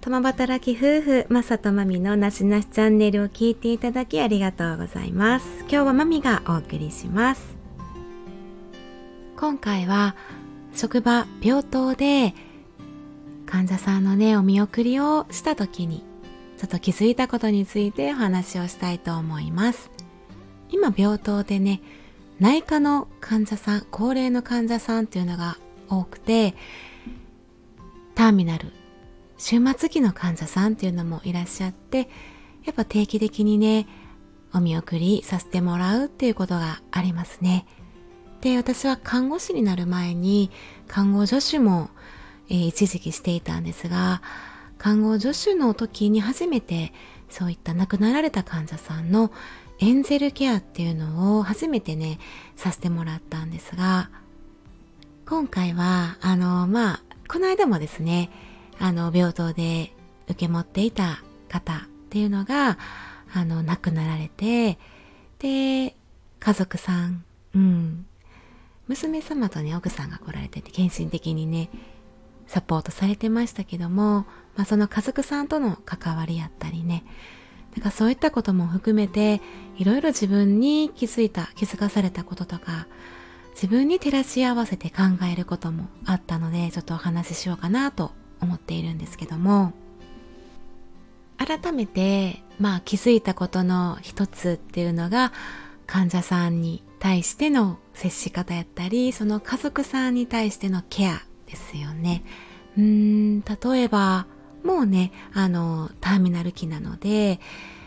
共働き夫婦マサとマミのなしなしチャンネルを聞いていただきありがとうございます。今日はマミがお送りします。今回は職場病棟で患者さんのねお見送りをした時にちょっと気づいたことについてお話をしたいと思います。今病棟でね内科の患者さん、高齢の患者さんっていうのが多くて、ターミナル終末期の患者さんっていうのもいらっしゃって、やっぱ定期的にねお見送りさせてもらうっていうことがありますね。で、私は看護師になる前に看護助手も、一時期していたんですが、看護助手の時に初めてそういった亡くなられた患者さんのエンゼルケアっていうのを初めてねさせてもらったんですが、今回はこの間もですね病棟で受け持っていた方っていうのが亡くなられて、で家族さん、娘様とね奥さんが来られてて献身的にねサポートされてましたけども、その家族さんとの関わりやったりね、だからそういったことも含めていろいろ自分に気づかされたこととか、自分に照らし合わせて考えることもあったので、ちょっとお話ししようかなと思っているんですけども、改めて気づいたことの一つっていうのが、患者さんに対しての接し方やったり、その家族さんに対してのケアですよね。例えばもうねターミナル期なので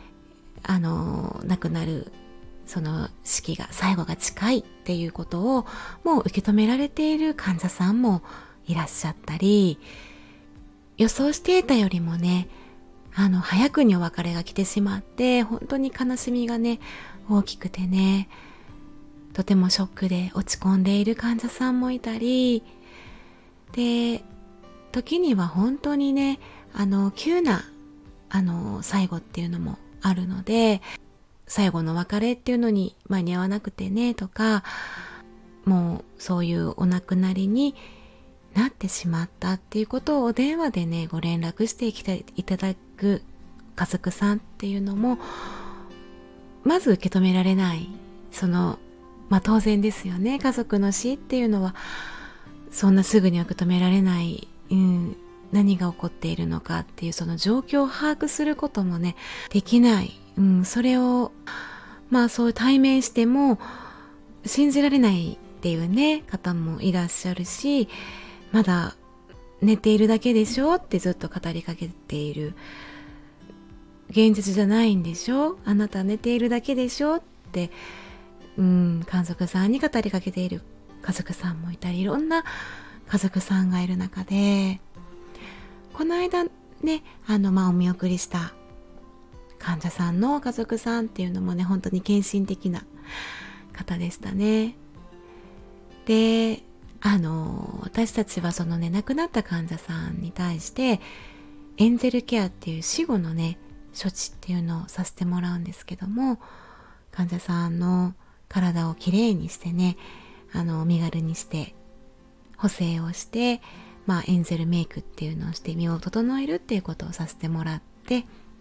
亡くなるその最後が近いっていうことをもう受け止められている患者さんもいらっしゃったり、予想していたよりもね早くにお別れが来てしまって本当に悲しみがね大きくてね、とてもショックで落ち込んでいる患者さんもいたりで、時には本当にね急な最後っていうのもあるので、最後の別れっていうのに間に合わなくてねとか、もうそういうお亡くなりになってしまったっていうことをお電話でねご連絡していただく家族さんっていうのもまず受け止められない。当然ですよね。家族の死っていうのはそんなすぐに受け止められない、何が起こっているのかっていうその状況を把握することもねできない、それをそう対面しても信じられないっていうね方もいらっしゃるし、まだ寝ているだけでしょってずっと語りかけている、現実じゃないんでしょ、あなた寝ているだけでしょって家族さんに語りかけている家族さんもいたり、いろんな家族さんがいる中で、この間ねお見送りした患者さんの家族さんっていうのもね本当に献身的な方でしたね。で私たちはそのね亡くなった患者さんに対してエンゼルケアっていう死後のね処置っていうのをさせてもらうんですけども、患者さんの体をきれいにしてね身軽にして補正をしてエンゼルメイクっていうのをして身を整えるっていうことをさせてもらって、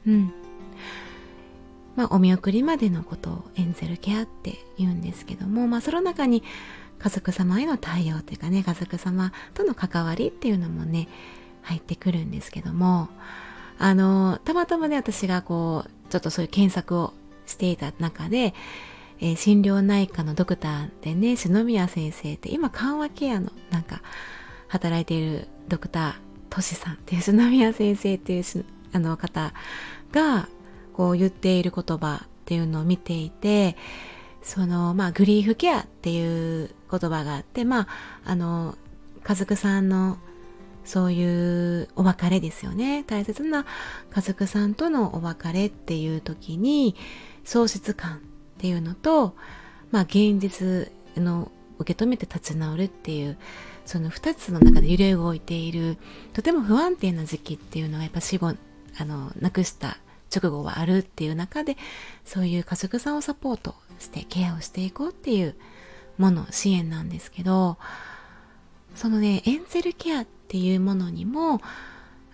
お見送りまでのことをエンゼルケアって言うんですけども、その中に家族様への対応っていうかね、家族様との関わりっていうのもね入ってくるんですけども、たまたまね私がちょっとそういう検索をしていた中で、心療内科のドクターでね篠宮先生って、今緩和ケアの働いているドクタートシさんっていう篠宮先生っていう方が言っている言葉っていうのを見ていて、グリーフケアっていう言葉があって、家族さんのそういうお別れですよね、大切な家族さんとのお別れっていう時に喪失感っていうのと、現実の受け止めて立ち直るっていうその2つの中で揺れ動いている、とても不安定な時期っていうのがやっぱ死後亡くした直後はあるっていう中で、そういう家族さんをサポートしてケアをしていこうっていう支援なんですけど、そのねエンゼルケアっていうものにも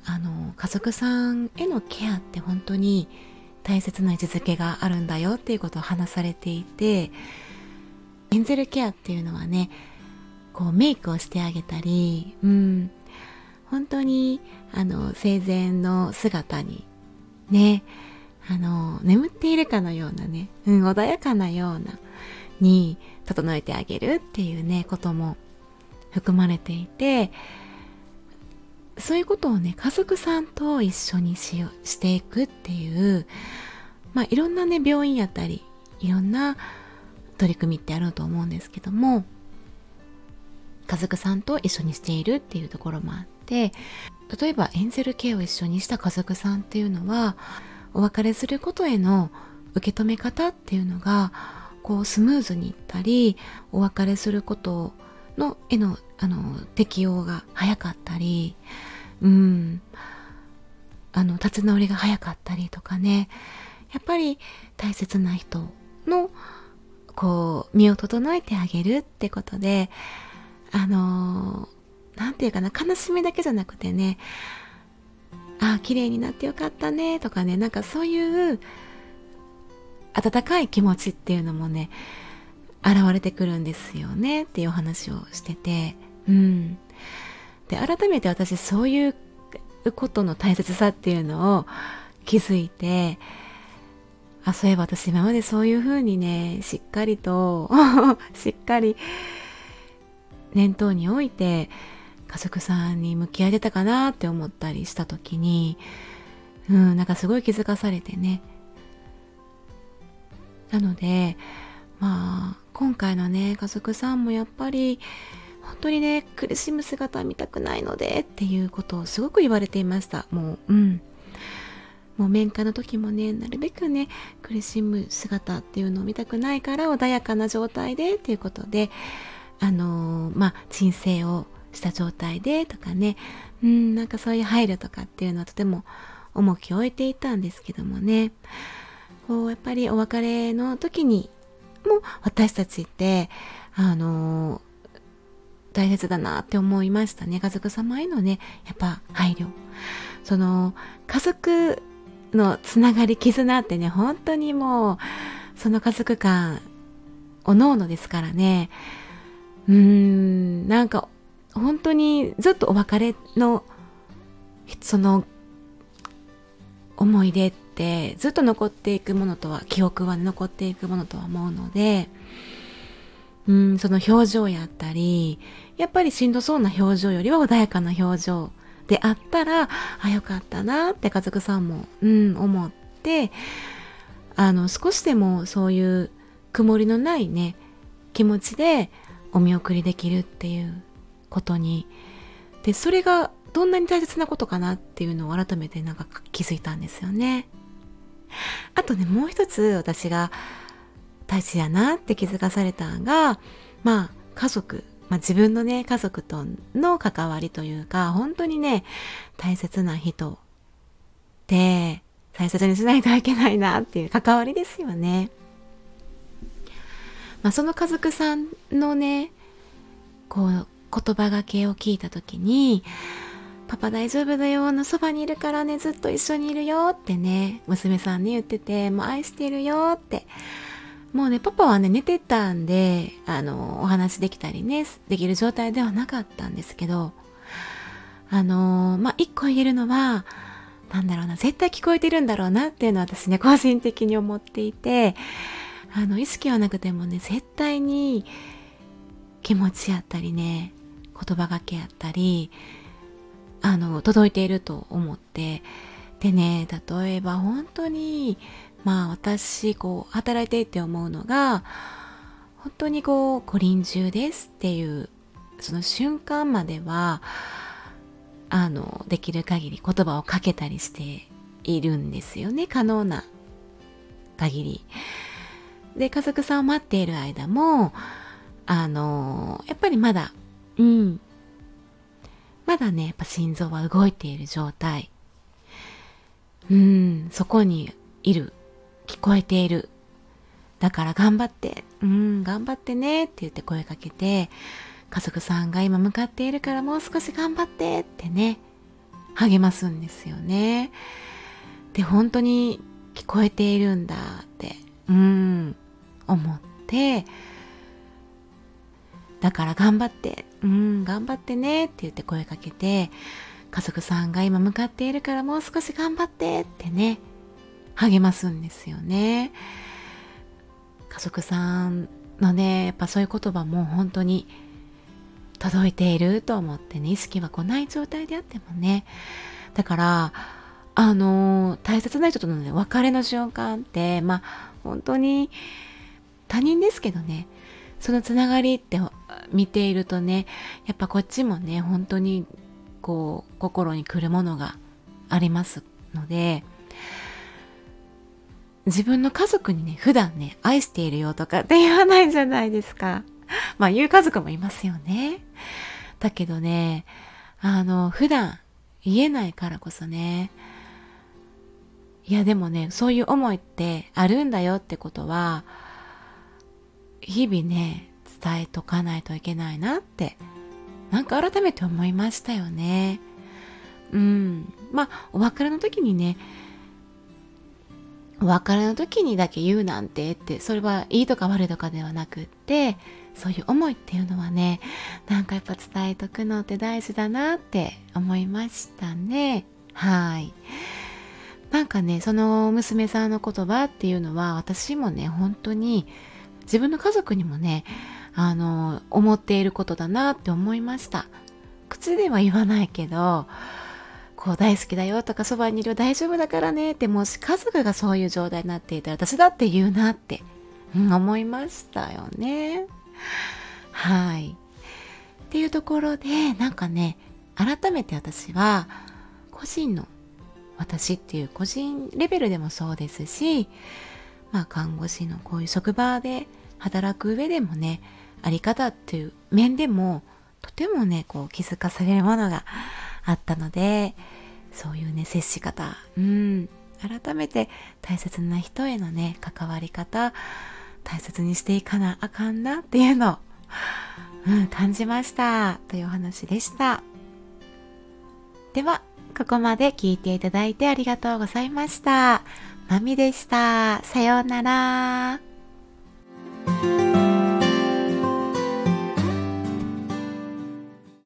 家族さんへのケアって本当に大切な位置づけがあるんだよっていうことを話されていて、エンゼルケアっていうのはね、こうメイクをしてあげたり、本当に生前の姿にね、眠っているかのようなね、穏やかなようなに整えてあげるっていうねことも含まれていて、そういうことをね家族さんと一緒にしていくっていう、いろんなね病院やったりいろんな取り組みってあると思うんですけども、家族さんと一緒にしているっていうところもあって、例えばエンゼルケアを一緒にした家族さんっていうのは、お別れすることへの受け止め方っていうのがこうスムーズにいったり、お別れすることのへの適応が早かったり、立ち直りが早かったりとかね、やっぱり大切な人のこう身を整えてあげるってことで、なんていうかな、悲しみだけじゃなくてね、綺麗になってよかったねとかね、なんかそういう温かい気持ちっていうのもね現れてくるんですよねっていうお話をしてて、で改めて私そういうことの大切さっていうのを気づいて、そういえば私今までそういう風にねしっかりとしっかり念頭に置いて家族さんに向き合えてたかなって思ったりした時に、なんかすごい気づかされてね。なので今回のね家族さんもやっぱり本当にね苦しむ姿は見たくないのでっていうことをすごく言われていました。もう面会の時もね、なるべくね苦しむ姿っていうのを見たくないから穏やかな状態でっていうことで、鎮静をした状態でとかね、なんかそういう配慮とかっていうのはとても重きを置いていたんですけどもね、こうやっぱりお別れの時にも私たちって大切だなって思いましたね。家族様へのねやっぱ配慮、その家族のつながり絆ってね、本当にもうその家族間おのおのですからね。なんか本当にずっとお別れのその思い出ってずっと残っていくものとは、記憶は残っていくものとは思うので、その表情やったり、やっぱりしんどそうな表情よりは穏やかな表情であったら、よかったなって家族さんも、思って、少しでもそういう曇りのないね気持ちでお見送りできるっていうことに、でそれがどんなに大切なことかなっていうのを改めてなんか気づいたんですよね。あとね、もう一つ私が大事やなって気づかされたのが、家族、自分のね家族との関わりというか、本当にね大切な人で大切にしないといけないなっていう関わりですよね。その家族さんのねこう言葉がけを聞いた時に、パパ大丈夫だよ、そばにいるからね、ずっと一緒にいるよってね娘さんに言ってて、もう愛してるよって。もうねパパはね寝てたんでお話できたりねできる状態ではなかったんですけど、一個言えるのは絶対聞こえてるんだろうなっていうのは私ね個人的に思っていて、意識はなくてもね絶対に気持ちやったりね言葉がけやったり届いていると思って、でね、例えば本当に私働いていて思うのが、本当にご臨終ですっていうその瞬間まではできる限り言葉をかけたりしているんですよね、可能な限りで。家族さんを待っている間もやっぱりまだねやっぱ心臓は動いている状態、そこにいる、聞こえている、だから頑張って、頑張ってねって言って声かけて、家族さんが今向かっているからもう少し頑張ってってね励ますんですよね。で、本当に聞こえているんだって思って、だから頑張って、頑張ってねって言って声かけて、家族さんが今向かっているからもう少し頑張ってってね、励ますんですよね。家族さんのね、やっぱそういう言葉も本当に届いていると思ってね、意識は来ない状態であってもね。だから、大切な人とのね、別れの瞬間って、本当に他人ですけどね、そのつながりって見ているとね、やっぱこっちもね、本当にこう、心に来るものがありますので、自分の家族にね、普段ね、愛しているよとかって言わないじゃないですか。言う家族もいますよね。だけどね、普段言えないからこそね、いやでもね、そういう思いってあるんだよってことは、日々ね、伝えとかないといけないなって、なんか改めて思いましたよね。お別れの時にね、お別れの時にだけ言うなんてって、それはいいとか悪いとかではなくって、そういう思いっていうのはね、なんかやっぱ伝えとくのって大事だなって思いましたね。はい。なんかね、その娘さんの言葉っていうのは、私もね、本当に自分の家族にもね、思っていることだなって思いました。口では言わないけど、こう大好きだよとかそばにいるよ大丈夫だからねって、もし家族がそういう状態になっていたら私だって言うなって、思いましたよね。はい。っていうところで、なんかね、改めて私は個人の私っていう個人レベルでもそうですし、看護師のこういう職場で働く上でもね、あり方っていう面でもとてもね、こう気づかされるものがあったので、そういうね、接し方、改めて大切な人へのね、関わり方、大切にしていかなあかんなっていうのを、感じましたというお話でした。では、ここまで聞いていただいてありがとうございました。まみでした。さようなら。